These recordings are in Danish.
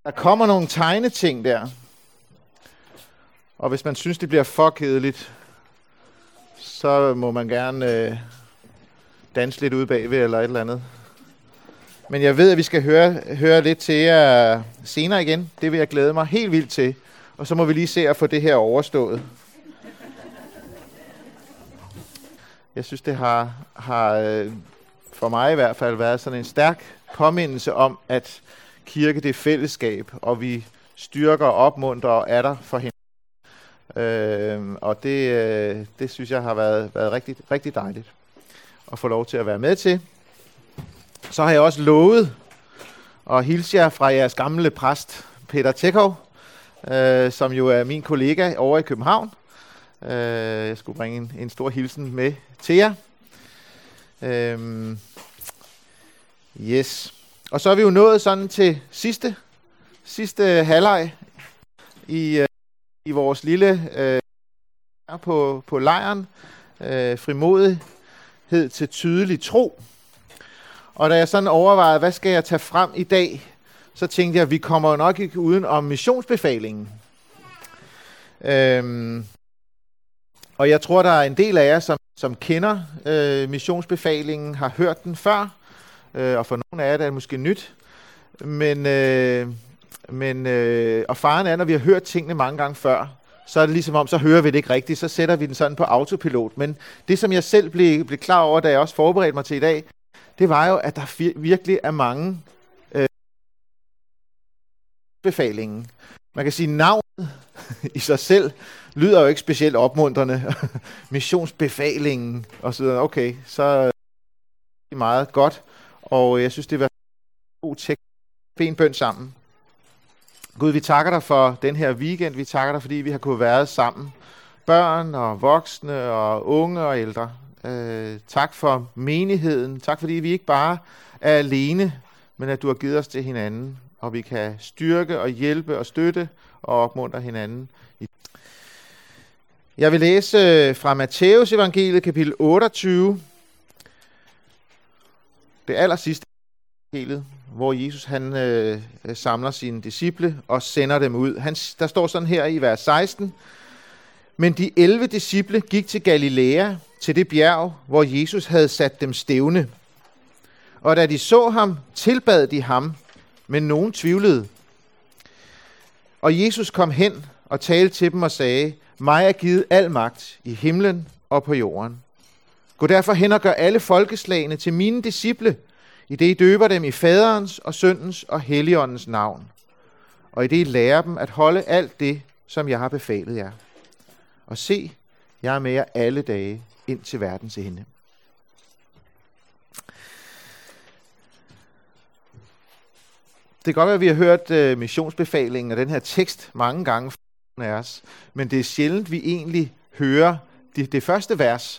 Der kommer nogle tegneting der. Og hvis man synes, det bliver for kedeligt, så må man gerne danse lidt ude bagved eller et eller andet. Men jeg ved, at vi skal høre lidt til jer senere igen. Det vil jeg glæde mig helt vildt til. Og så må vi lige se at få det her overstået. Jeg synes, det har for mig i hvert fald været sådan en stærk påmindelse om, at kirke det er fællesskab, og vi styrker, opmuntrer og er der for hinanden. Og det synes jeg har været rigtig, rigtig dejligt at få lov til at være med til. Så har jeg også lovet at hilse jer fra jeres gamle præst, Peter Tjekov, som jo er min kollega over i København. Jeg skulle bringe en stor hilsen med til jer. Yes. Og så er vi jo nået sådan til sidste halvleg i vores lille på lejren. Frimodighed til tydelig tro. Og da jeg sådan overvejede, hvad skal jeg tage frem i dag, så tænkte jeg, at vi kommer jo nok ikke uden om missionsbefalingen. Og jeg tror, der er en del af jer, som kender missionsbefalingen, har hørt den før, og for nogle af jer er det måske nyt. Og faren er, når vi har hørt tingene mange gange før, så er det ligesom om, så hører vi det ikke rigtigt, så sætter vi den sådan på autopilot. Men det, som jeg selv blev klar over, da jeg også forberedte mig til i dag, det var jo, at der virkelig er mange befalingen. Man kan sige, navnet i sig selv lyder jo ikke specielt opmuntrende. Missionsbefalingen og så videre. Okay, så er det meget godt. Og jeg synes, det var en god tekst. Fin bøn sammen. Gud, vi takker dig for den her weekend. Vi takker dig, fordi vi har kunnet være sammen. Børn og voksne og unge og ældre. Tak for menigheden. Tak fordi vi ikke bare er alene, men at du har givet os til hinanden. Og vi kan styrke og hjælpe og støtte og opmuntre hinanden. Jeg vil læse fra Matthæus evangeliet kapitel 28. Det aller sidste evangeliet, hvor Jesus han samler sine disciple og sender dem ud. Der står sådan her i vers 16. Men de 11 disciple gik til Galilea, til det bjerg, hvor Jesus havde sat dem stævne. Og da de så ham, tilbad de ham, men nogen tvivlede. Og Jesus kom hen og talte til dem og sagde, mig er givet al magt i himlen og på jorden. Gå derfor hen og gør alle folkeslagene til mine disciple, i det I døber dem i faderens og søndens og helligåndens navn. Og i det I lærer dem at holde alt det, som jeg har befalet jer. Og se, jeg er med jer alle dage ind til verdens ende. Det kan godt være, at vi har hørt missionsbefalingen og den her tekst mange gange af os, men det er sjældent, vi egentlig hører det første vers,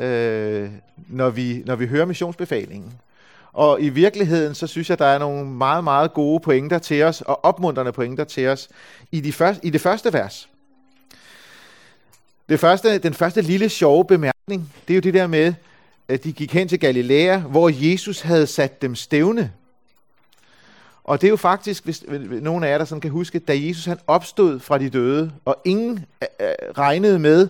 når vi hører missionsbefalingen. Og i virkeligheden, så synes jeg, der er nogle meget, meget gode pointer til os, og opmuntrende pointer til os i det første vers. Den første lille sjove bemærkning, det er jo det der med, at de gik hen til Galilea, hvor Jesus havde sat dem stævne. Og det er jo faktisk, hvis nogen af jer der sådan kan huske, da Jesus han opstod fra de døde, og ingen regnede med,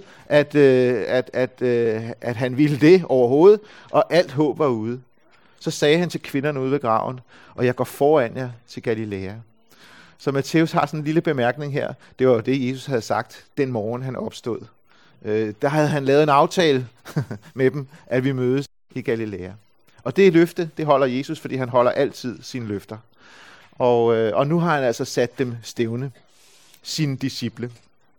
at han ville det overhovedet, og alt håb var ude. Så sagde han til kvinderne ude ved graven, og jeg går foran jer til Galilea. Så Matthæus har sådan en lille bemærkning her. Det var det, Jesus havde sagt den morgen, han opstod. Der havde han lavet en aftale med dem, at vi mødes i Galilea. Og det løfte, det holder Jesus, fordi han holder altid sine løfter. Og nu har han altså sat dem stævne, sine disciple.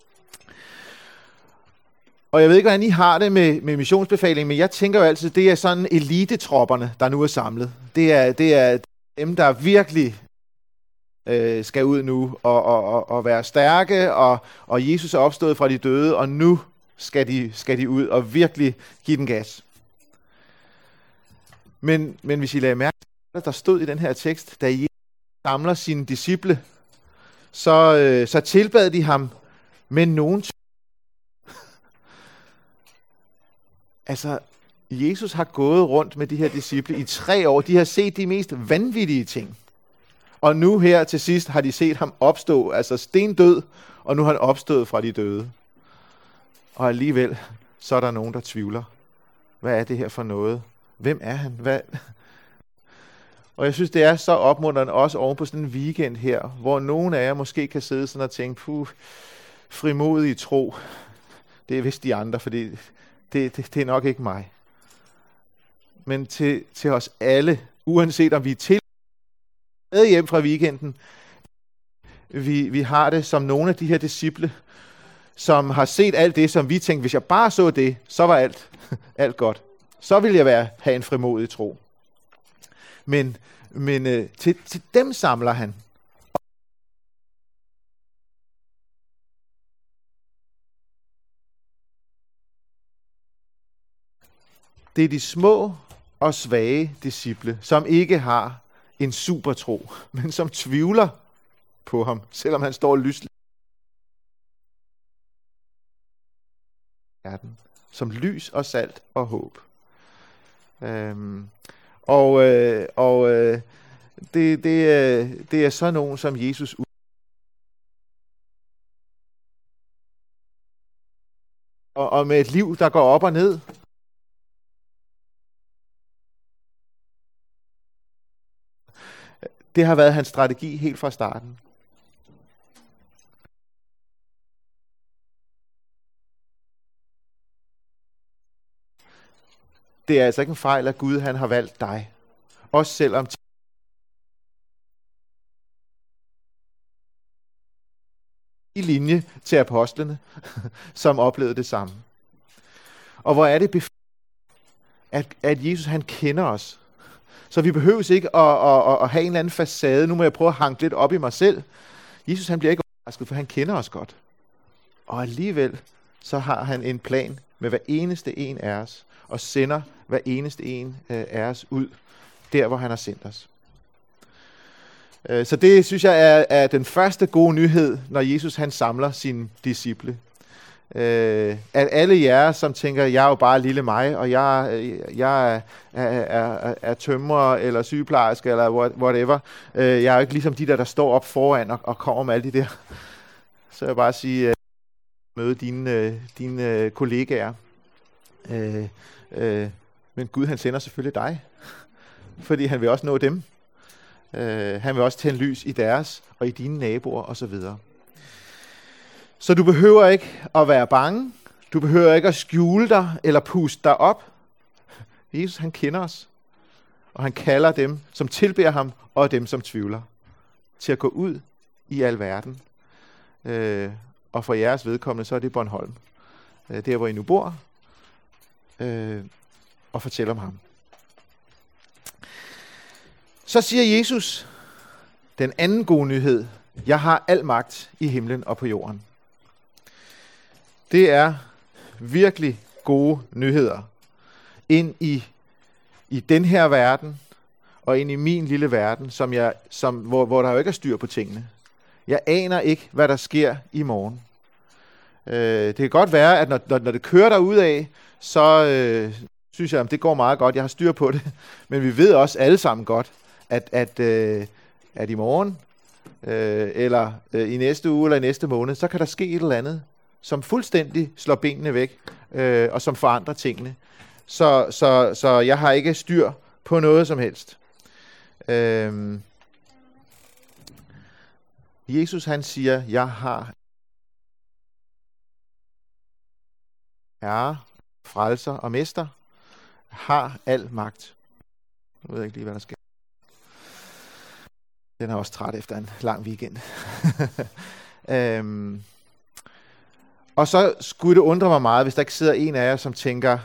Og jeg ved ikke, hvordan I har det med missionsbefalingen, men jeg tænker jo altid, det er sådan elitetropperne, der nu er samlet. Det er dem, der virkelig skal ud nu og være stærke, og Jesus er opstået fra de døde, og nu skal de ud og virkelig give den gas. Men hvis I lader mærke til, der stod i den her tekst, da Jesus samler sine disciple, så tilbad de ham med nogen. Altså, Jesus har gået rundt med de her disciple i 3 år. De har set de mest vanvittige ting. Og nu her til sidst har de set ham opstå, altså stendød, og nu er han opstået fra de døde. Og alligevel, så er der nogen, der tvivler. Hvad er det her for noget? Hvem er han? Hvad? Og jeg synes, det er så opmuntrende også oven på sådan en weekend her, hvor nogen af jer måske kan sidde sådan og tænke, frimodig tro, det er vist de andre, for det er nok ikke mig. Men til os alle, uanset om vi er til hjem fra weekenden, vi har det som nogle af de her disciple, som har set alt det, som vi tænkte, hvis jeg bare så det, så var alt godt. Så ville jeg have en frimodig tro. Men til dem samler han. Det er de små og svage disciple, som ikke har en supertro, men som tvivler på ham, selvom han står lyst verden, som lys og salt og håb. Det er så nogen, som Jesus og med et liv, der går op og ned. Det har været hans strategi helt fra starten. Det er altså ikke en fejl, at Gud han har valgt dig. Også selvom i linje til apostlene, som oplevede det samme. Og hvor er det at Jesus han kender os. Så vi behøver ikke at have en eller anden facade. Nu må jeg prøve at hanke lidt op i mig selv. Jesus han bliver ikke overrasket, for han kender os godt. Og alligevel så har han en plan med hver eneste en af os, og sender hver eneste en af os ud, der hvor han har sendt os. Så det synes jeg er den første gode nyhed, når Jesus han samler sine disciple. At alle jer, som tænker, jeg er jo bare lille mig, og jeg er tømrer eller sygeplejerske eller whatever. Jeg er jo ikke ligesom de der står op foran og kommer med alle de der. Så jeg bare sige, møde dine kollegaer. Men Gud han sender selvfølgelig dig, fordi han vil også nå dem. Han vil også tænde lys i deres og i dine naboer osv. Så du behøver ikke at være bange. Du behøver ikke at skjule dig eller puste dig op. Jesus han kender os, og han kalder dem, som tilbeder ham, og dem, som tvivler, til at gå ud i al verden. Og for jeres vedkommende, så er det Bornholm. Der, hvor I nu bor. Og fortælle om ham. Så siger Jesus den anden gode nyhed. Jeg har al magt i himlen og på jorden. Det er virkelig gode nyheder. Ind i den her verden, og ind i min lille verden, hvor der jo ikke er styr på tingene. Jeg aner ikke, hvad der sker i morgen. Det kan godt være, at når det kører derudad, så synes jeg, at det går meget godt. Jeg har styr på det. Men vi ved også alle sammen godt, at i morgen, eller i næste uge, eller i næste måned, så kan der ske et eller andet, som fuldstændig slår benene væk, og som forandrer tingene. Så jeg har ikke styr på noget som helst. Jesus han siger, jeg har herre, frelser og mester, har al magt. Jeg ved ikke lige, hvad der sker. Den er også træt efter en lang weekend. Og så skulle det undre mig meget, hvis der ikke sidder en af jer, som tænker,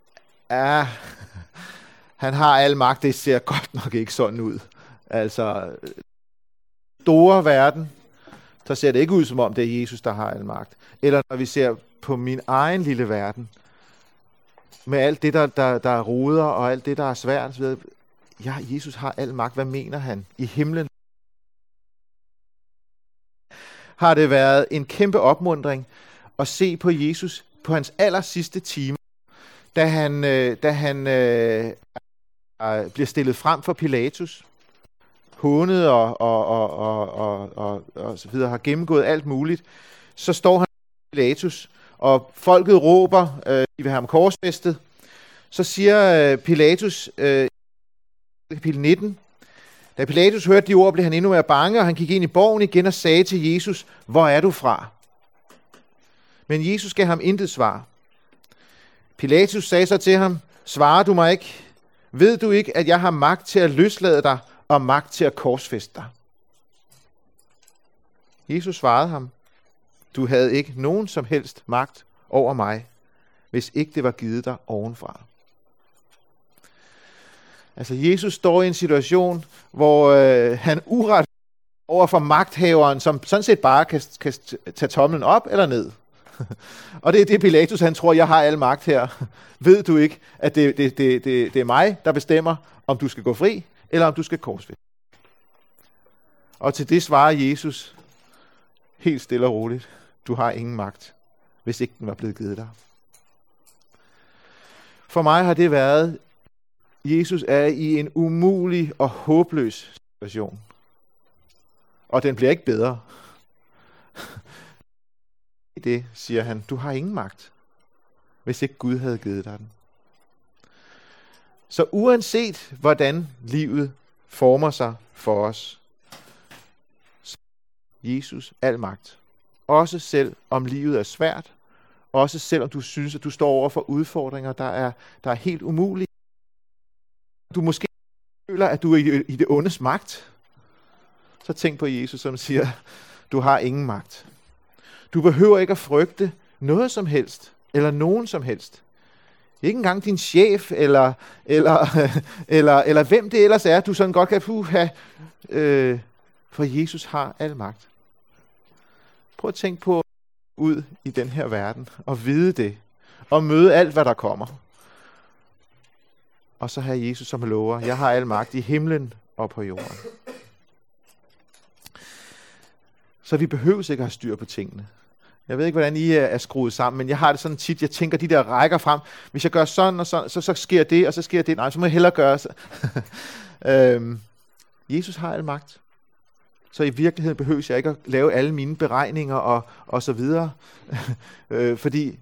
han har al magt, det ser godt nok ikke sådan ud. Altså, store verden, så ser det ikke ud som om, det er Jesus, der har al magt. Eller når vi ser på min egen lille verden, med alt det, der er roder, og alt det, der er svært, så videre. Ja, Jesus har al magt. Hvad mener han? I himlen har det været en kæmpe opmuntring at se på Jesus på hans aller sidste time, da han bliver stillet frem for Pilatus, hånet og så videre, har gennemgået alt muligt, så står han Pilatus, og folket råber, de vil have ham korsfæstet. Så siger Pilatus, kapitel 19, da Pilatus hørte de ord, blev han endnu mere bange, og han gik ind i borgen igen og sagde til Jesus, hvor er du fra? Men Jesus gav ham intet svar. Pilatus sagde så til ham, svarer du mig ikke? Ved du ikke, at jeg har magt til at løslade dig, og magt til at korsfæste dig? Jesus svarede ham, du havde ikke nogen som helst magt over mig, hvis ikke det var givet dig ovenfra. Altså Jesus står i en situation, hvor han uret over for magthaveren, som sådan set bare kan tage tommelen op eller ned. Og det er det Pilatus, han tror, jeg har al magt her. Ved du ikke, at det er mig, der bestemmer, om du skal gå fri, eller om du skal korsfæstes? Og til det svarer Jesus helt stille og roligt, du har ingen magt, hvis ikke den var blevet givet dig. For mig har det været, Jesus er i en umulig og håbløs situation. Og den bliver ikke bedre. I det siger han, du har ingen magt, hvis ikke Gud havde givet dig den. Så uanset hvordan livet former sig for os, så har Jesus al magt. Også selv om livet er svært, også selv om du synes, at du står over for udfordringer, der er helt umulige. Du måske føler, at du er i det ondes magt. Så tænk på Jesus, som siger, du har ingen magt. Du behøver ikke at frygte noget som helst, eller nogen som helst. Ikke engang din chef, eller hvem det ellers er, du sådan godt kan for Jesus har al magt. Prøv at tænke på ud i den her verden, og vide det, og møde alt, hvad der kommer. Og så have Jesus som lover, jeg har al magt i himlen og på jorden. Så vi behøver ikke at have styr på tingene. Jeg ved ikke, hvordan I er skruet sammen, men jeg har det sådan tit, jeg tænker, de der rækker frem. Hvis jeg gør sådan og sådan, så sker det, og så sker det. Nej, så må jeg hellere gøre så. Jesus har al magt. Så i virkeligheden behøver jeg ikke at lave alle mine beregninger og så videre. Fordi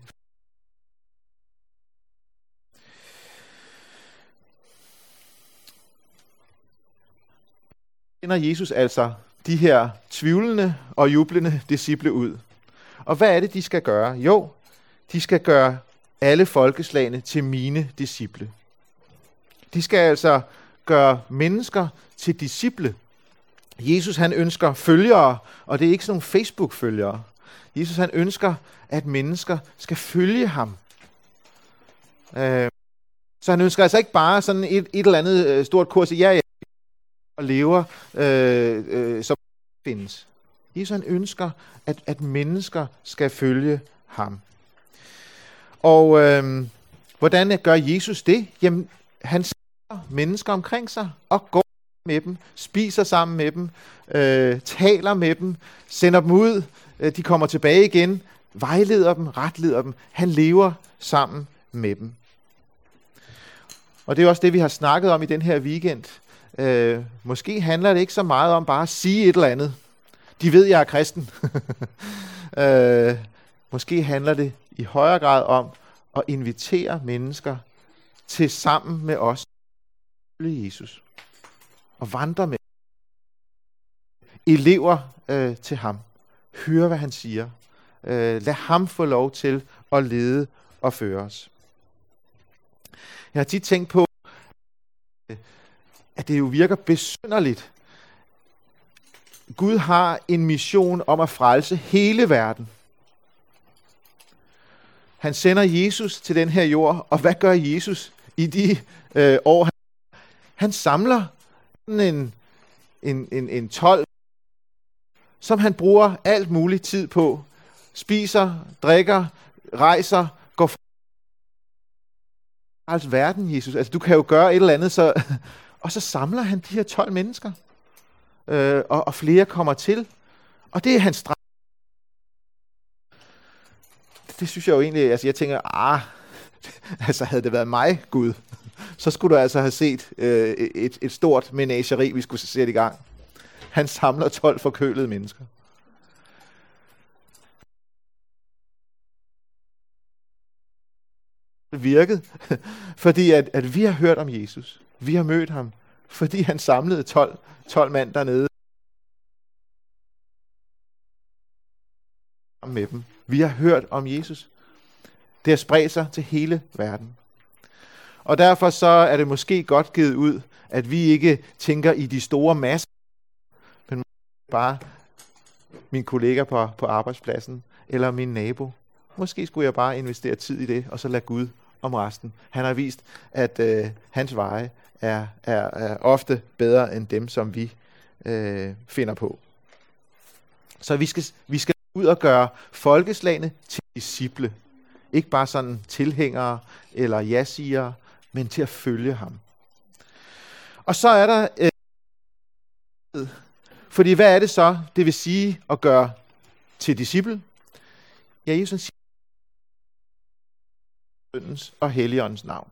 sender Jesus altså de her tvivlende og jublende disciple ud. Og hvad er det, de skal gøre? Jo, de skal gøre alle folkeslagene til mine disciple. De skal altså gøre mennesker til disciple. Jesus han ønsker følgere, og det er ikke sådan nogle Facebook-følgere. Jesus han ønsker, at mennesker skal følge ham. Så han ønsker altså ikke bare sådan et eller andet stort kurs i og lever, som findes. Jesus han ønsker, at mennesker skal følge ham. Og hvordan gør Jesus det? Jamen, han sætter mennesker omkring sig og går med dem, spiser sammen med dem, taler med dem, sender dem ud, de kommer tilbage igen, vejleder dem, retleder dem. Han lever sammen med dem. Og det er også det, vi har snakket om i den her weekend. Måske handler det ikke så meget om bare at sige et eller andet. De ved, jeg er kristen. Måske handler det i højere grad om at invitere mennesker til sammen med os at følge Jesus og vandre med elever til ham. Hør, hvad han siger. Lad ham få lov til at lede og føre os. Jeg har tit tænkt på, at det jo virker besynderligt. Gud har en mission om at frelse hele verden. Han sender Jesus til den her jord, og hvad gør Jesus i de år? Han samler en 12, som han bruger alt muligt tid på. Spiser, drikker, rejser, går fra verden, Jesus. Altså, du kan jo gøre et eller andet, så og så samler han de her 12 mennesker. Og flere kommer til. Og det er hans straf. Det synes jeg jo egentlig, altså jeg tænker, altså havde det været mig, Gud, så skulle du altså have set et stort menageri, vi skulle sætte i gang. Han samler 12 forkølede mennesker. Det virkede, fordi at vi har hørt om Jesus. Vi har mødt ham, fordi han samlede 12 mand dernede med dem. Vi har hørt om Jesus. Det har spredt sig til hele verden. Og derfor så er det måske godt givet ud, at vi ikke tænker i de store masser, men bare min kollega på arbejdspladsen, eller min nabo. Måske skulle jeg bare investere tid i det, og så lade Gud om resten. Han har vist, at hans veje er ofte bedre end dem, som vi finder på. Så vi skal ud og gøre folkeslagene til disciple. Ikke bare sådan tilhængere eller ja-sigere, men til at følge ham. Og så er der... fordi hvad er det så, det vil sige at gøre til disciple? Ja, Jesus siger Søndens og Helligåndens navn.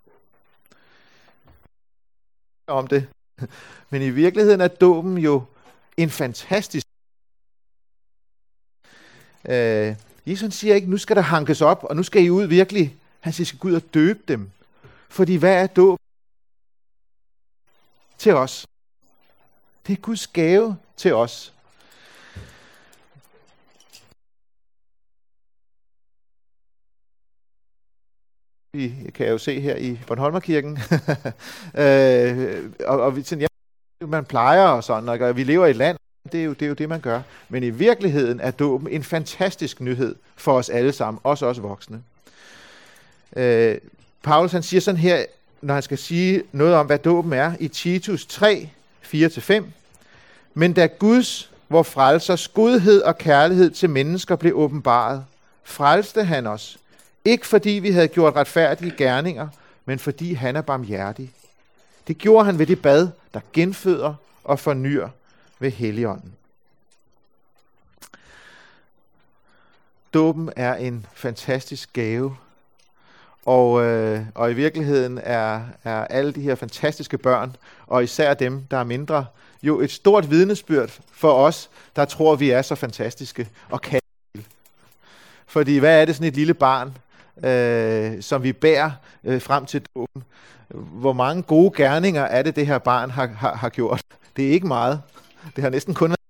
Om det. Men i virkeligheden er dåben jo en fantastisk... Jesus siger ikke, nu skal der hankes op, og nu skal I ud virkelig. Han siger, I skal gå ud og døbe dem. Fordi hvad er dåb til os? Det er Guds gave til os. Vi kan jo se her i Bornholmerkirken, og vi tænker, ja, man plejer og sådan, og vi lever i et land, det er jo det, man gør. Men i virkeligheden er dåben en fantastisk nyhed for os alle sammen, også os voksne. Paulus han siger sådan her, når han skal sige noget om, hvad dåben er, i Titus 3, 4-5. Men da Guds, vor frelsers godhed og kærlighed til mennesker blev åbenbaret, frelste han os, ikke fordi vi havde gjort retfærdige gerninger, men fordi han er barmhjertig. Det gjorde han ved det bad, der genføder og fornyer ved Helligånden. Dåben er en fantastisk gave, og i virkeligheden er alle de her fantastiske børn, og især dem, der er mindre, jo et stort vidnesbyrd for os, der tror, vi er så fantastiske og kan. Fordi hvad er det sådan et lille barn, som vi bærer frem til dåben? Hvor mange gode gerninger er det her barn har gjort? Det er ikke meget. Det har næsten kun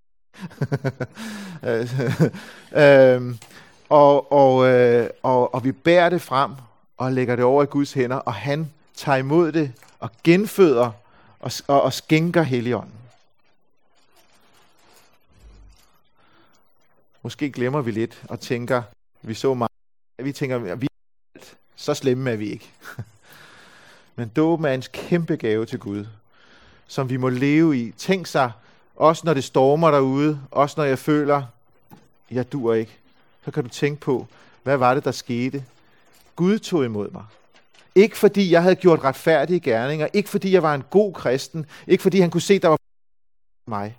og vi bærer det frem og lægger det over i Guds hænder, og han tager imod det og genføder og skænker Helligånden. Måske glemmer vi lidt og tænker, vi tænker, så slemme er vi ikke. Men dåben er en kæmpe gave til Gud, som vi må leve i. Tænk sig, også når det stormer derude, også når jeg føler, jeg duer ikke, så kan du tænke på, hvad var det, der skete? Gud tog imod mig. Ikke fordi jeg havde gjort retfærdige gerninger, ikke fordi jeg var en god kristen, ikke fordi han kunne se, der var mig.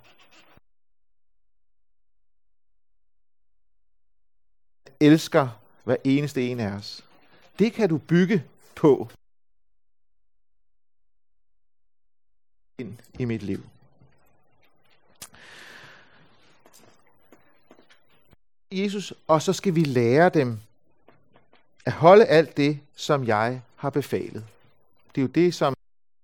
Jeg elsker hver eneste en af os. Det kan du bygge på ind i mit liv. Jesus, og så skal vi lære dem at holde alt det, som jeg har befalet. Det er jo det, som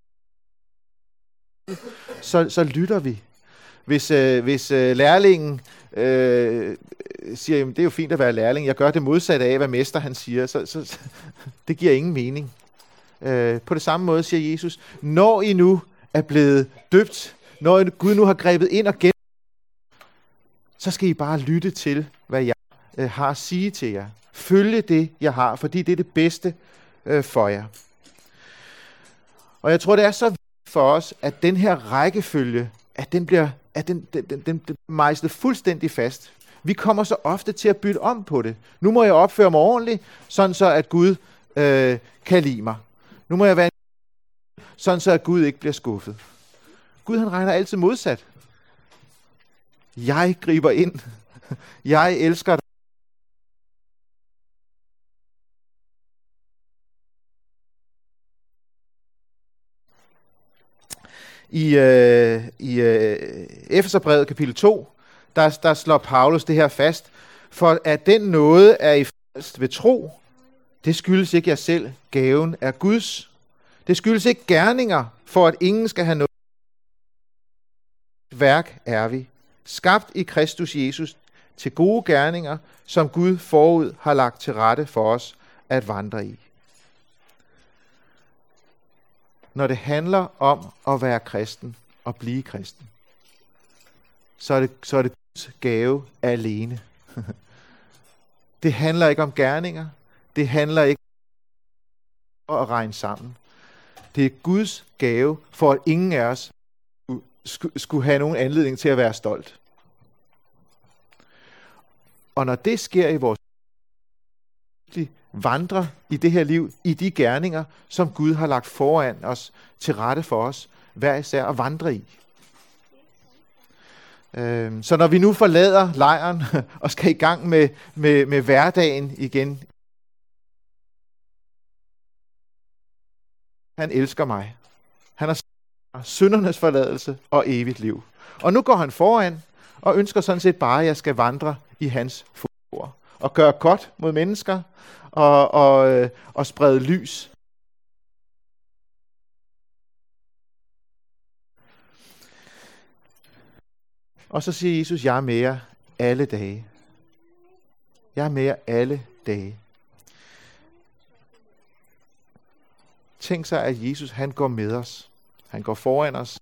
så lytter vi. Hvis lærlingen siger, jamen, det er jo fint at være lærling, jeg gør det modsatte af, hvad mester han siger, så det giver ingen mening. På det samme måde siger Jesus, når I nu er blevet døbt, når Gud nu har grebet ind og gen, så skal I bare lytte til, hvad jeg har at sige til jer. Følge det, jeg har, fordi det er det bedste for jer. Og jeg tror, det er så vigtigt for os, at den her rækkefølge, at den bliver mejslet fuldstændig fast. Vi kommer så ofte til at bytte om på det. Nu må jeg opføre mig ordentligt, sådan så at Gud kan lide mig. Nu må jeg være sådan så at Gud ikke bliver skuffet. Gud han regner altid modsat. Jeg griber ind. Jeg elsker dig. I Efeserbrevet kapitel 2, der slår Paulus det her fast. For at den nåde er i frelst ved tro, det skyldes ikke jer selv. Gaven er Guds. Det skyldes ikke gerninger, for at ingen skal have noget. Værk er vi, skabt i Kristus Jesus til gode gerninger, som Gud forud har lagt til rette for os at vandre i. Når det handler om at være kristen og blive kristen, så er det Guds gave alene. Det handler ikke om gerninger. Det handler ikke om at regne sammen. Det er Guds gave, for at ingen af os skulle have nogen anledning til at være stolt. Og når det sker i vores liv, vandrer i det her liv, i de gerninger, som Gud har lagt foran os, til rette for os, hver især at vandre i. Så når vi nu forlader lejren og skal i gang med hverdagen igen, han elsker mig. Han har syndernes forladelse og evigt liv. Og nu går han foran og ønsker sådan set bare, at jeg skal vandre i hans fodspor og gøre godt mod mennesker og sprede lys. Og så siger Jesus, jeg er med jer alle dage. Jeg er med jer alle dage. Tænk sig, at Jesus han går med os. Han går foran os.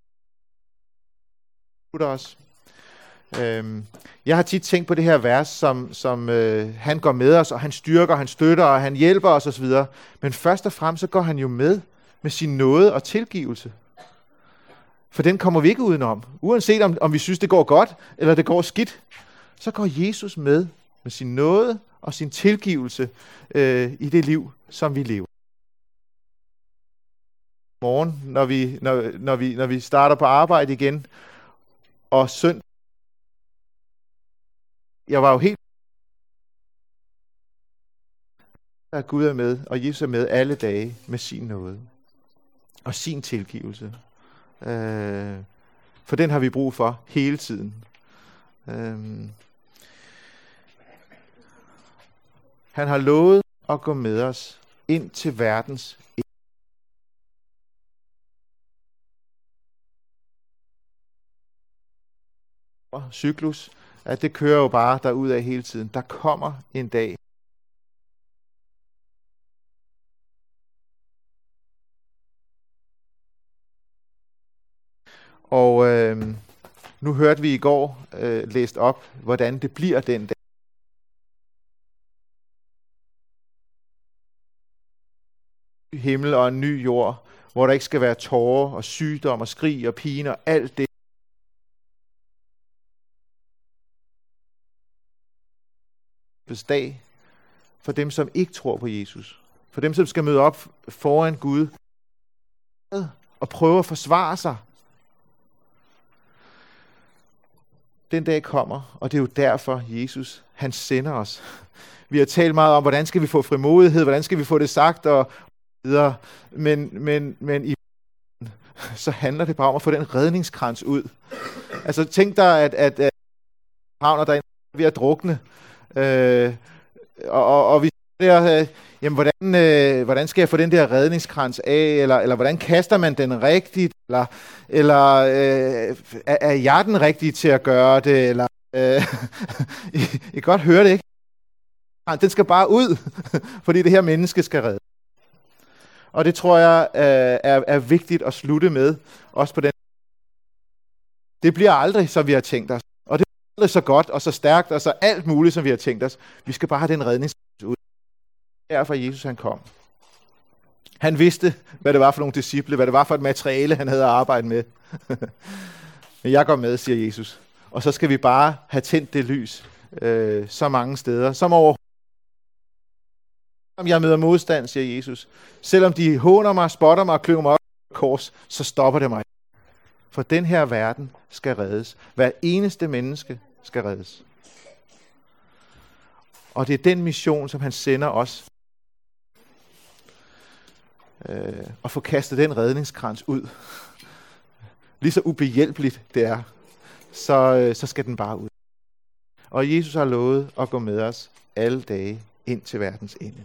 Jeg har tit tænkt på det her vers, som han går med os, og han styrker, han støtter, og han hjælper os osv. Men først og fremmest så går han jo med sin nåde og tilgivelse. For den kommer vi ikke udenom. Uanset om vi synes, det går godt, eller det går skidt, så går Jesus med sin nåde og sin tilgivelse i det liv, som vi lever. Morgen, når vi starter på arbejde igen, og søndag, jeg var jo helt, at Gud er med, og Jesus er med alle dage med sin nåde og sin tilgivelse. For den har vi brug for hele tiden. Han har lovet at gå med os ind til verdens cyklus, at det kører jo bare derudad hele tiden. Der kommer en dag, og nu hørte vi i går læst op, hvordan det bliver den dag. Himmel og en ny jord, hvor der ikke skal være tårer og sygdom og skrig og pine og alt det. Dag for dem, som ikke tror på Jesus. For dem, som skal møde op foran Gud og prøve at forsvare sig. Den dag kommer, og det er jo derfor, Jesus, han sender os. Vi har talt meget om, hvordan skal vi få frimodighed, hvordan skal vi få det sagt, og videre. Men i så handler det bare om at få den redningskrans ud. Altså tænk dig, at havner der er ved at drukne, og vi der, jamen hvordan skal jeg få den der redningskrans af, eller hvordan kaster man den rigtigt, eller er jeg den rigtige til at gøre det, eller I kan godt høre det, ikke? Den skal bare ud, fordi det her menneske skal redde. Og det tror jeg er vigtigt at slutte med, også på den. Det bliver aldrig, som vi har tænkt os. Og det bliver aldrig så godt, og så stærkt, og så alt muligt, som vi har tænkt os. Vi skal bare have den redningskrans ud. Derfor Jesus han kom. Han vidste, hvad det var for nogle disciple, hvad det var for et materiale, han havde at arbejde med. Men jeg går med, siger Jesus. Og så skal vi bare have tændt det lys så mange steder, som overhovedet. Om jeg møder modstand, siger Jesus. Selvom de håner mig, spotter mig og kløver mig op på kors, så stopper det mig. For den her verden skal reddes. Hver eneste menneske skal reddes. Og det er den mission, som han sender os. Og få kastet den redningskrans ud. lige så ubehjælpeligt det er, så skal den bare ud. Og Jesus har lovet at gå med os alle dage ind til verdens ende.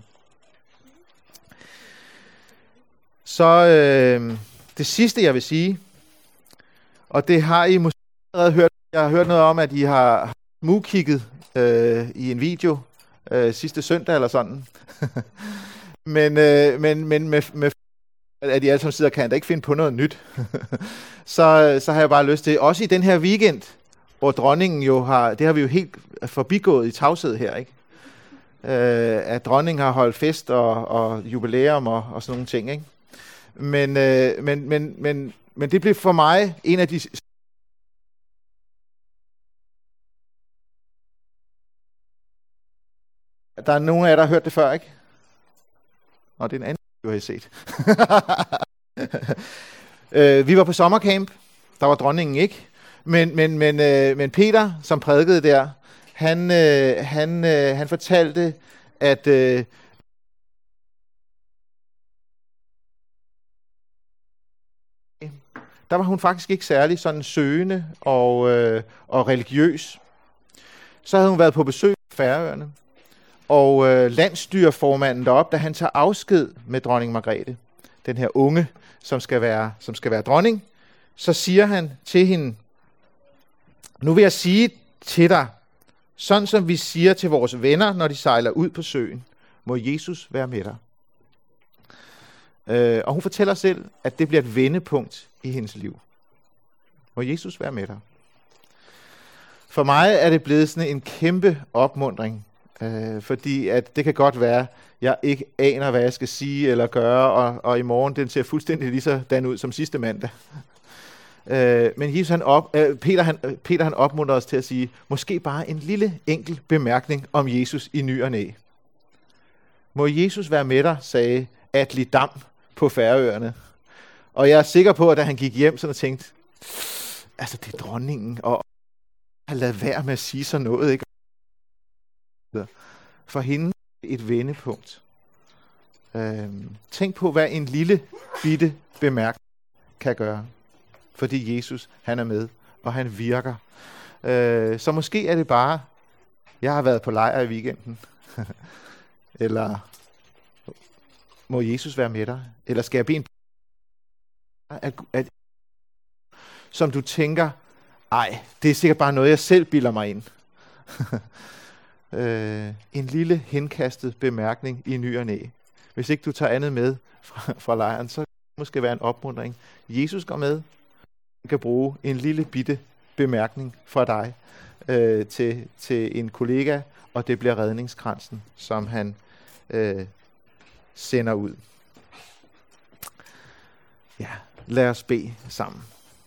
Så det sidste, jeg vil sige, og det har I måske allerede hørt. Jeg har hørt noget om, at I har smugkigget i en video sidste søndag eller sådan. men med at I alle sammen sidder og kan da ikke finde på noget nyt. så har jeg bare lyst til, også i den her weekend, hvor dronningen jo det har vi jo helt forbigået i tavshed her, ikke? At dronningen har holdt fest og jubilæum og sådan nogle ting, ikke? Men det blev for mig en af de der er nogen af jer, der har hørt det før, ikke? Nå, det er en anden, du har I set. Vi var på sommercamp. Der var dronningen ikke. Men Peter, som prædikede der, han fortalte, at der var hun faktisk ikke særlig sådan søgende og religiøs. Så havde hun været på besøg på Færøerne, og landsstyreformanden deroppe, da han tager afsked med dronning Margrethe, den her unge, som skal være dronning, så siger han til hende: nu vil jeg sige til dig, sådan som vi siger til vores venner, når de sejler ud på søen, må Jesus være med dig. Og hun fortæller selv, at det bliver et vendepunkt i hendes liv. Må Jesus være med dig. For mig er det blevet sådan en kæmpe opmuntring, fordi at det kan godt være, jeg ikke aner, hvad jeg skal sige eller gøre, og i morgen den ser fuldstændig lige sådan ud som sidste mandag. Men Jesus, Peter han opmuntrer os til at sige, måske bare en lille enkel bemærkning om Jesus i ny og næ. Må Jesus være med dig, sagde Atli Dam på Færøerne. Og jeg er sikker på, at da han gik hjem, så tænkte, altså det er dronningen, og har ladet være med at sige sådan noget, ikke? For hende et vendepunkt. Tænk på, hvad en lille bitte bemærkning kan gøre. Fordi Jesus, han er med, og han virker. Så måske er det bare, jeg har været på lejr i weekenden. Eller må Jesus være med dig? Eller skal jeg bede en som du tænker, ej, det er sikkert bare noget, jeg selv bilder mig ind. En lille henkastet bemærkning i ny og næ. Hvis ikke du tager andet med fra lejren, så kan det måske være en opmuntring. Jesus går med. Han kan bruge en lille bitte bemærkning fra dig til en kollega, og det bliver redningskransen, som han sender ud. Ja, lad os bede sammen.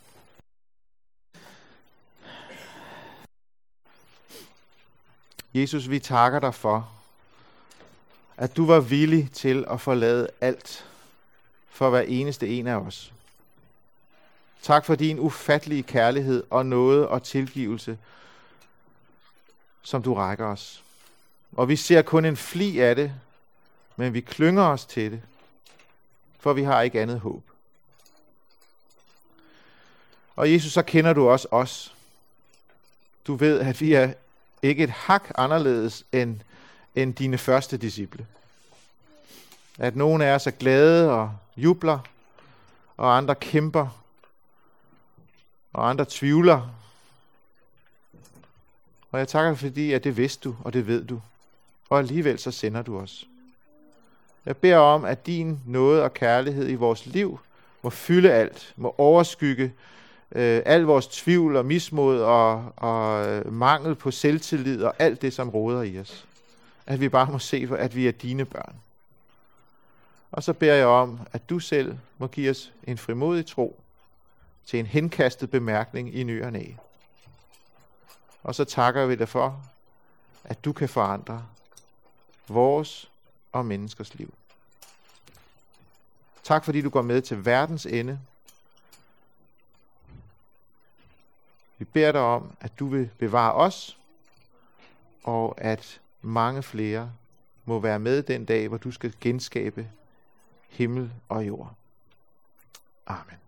Jesus, vi takker dig for, at du var villig til at forlade alt for hver eneste en af os. Tak for din ufattelige kærlighed og nåde og tilgivelse, som du rækker os. Og vi ser kun en flig af det, men vi klynger os til det, for vi har ikke andet håb. Og Jesus, så kender du også os. Du ved, at vi er ikke et hak anderledes end dine første disciple. At nogle af os er glade og jubler, og andre kæmper, og andre tvivler. Og jeg takker fordi, at det vidste du, og det ved du. Og alligevel så sender du os. Jeg beder om, at din nåde og kærlighed i vores liv må fylde alt, må overskygge al vores tvivl og mismod og mangel på selvtillid og alt det, som råder i os. At vi bare må se, at vi er dine børn. Og så beder jeg om, at du selv må give os en frimodig tro til en henkastet bemærkning i ny og næ. Og så takker vi dig for, at du kan forandre vores og menneskers liv. Tak fordi du går med til verdens ende. Vi beder dig om, at du vil bevare os, og at mange flere må være med den dag, hvor du skal genskabe himmel og jord. Amen.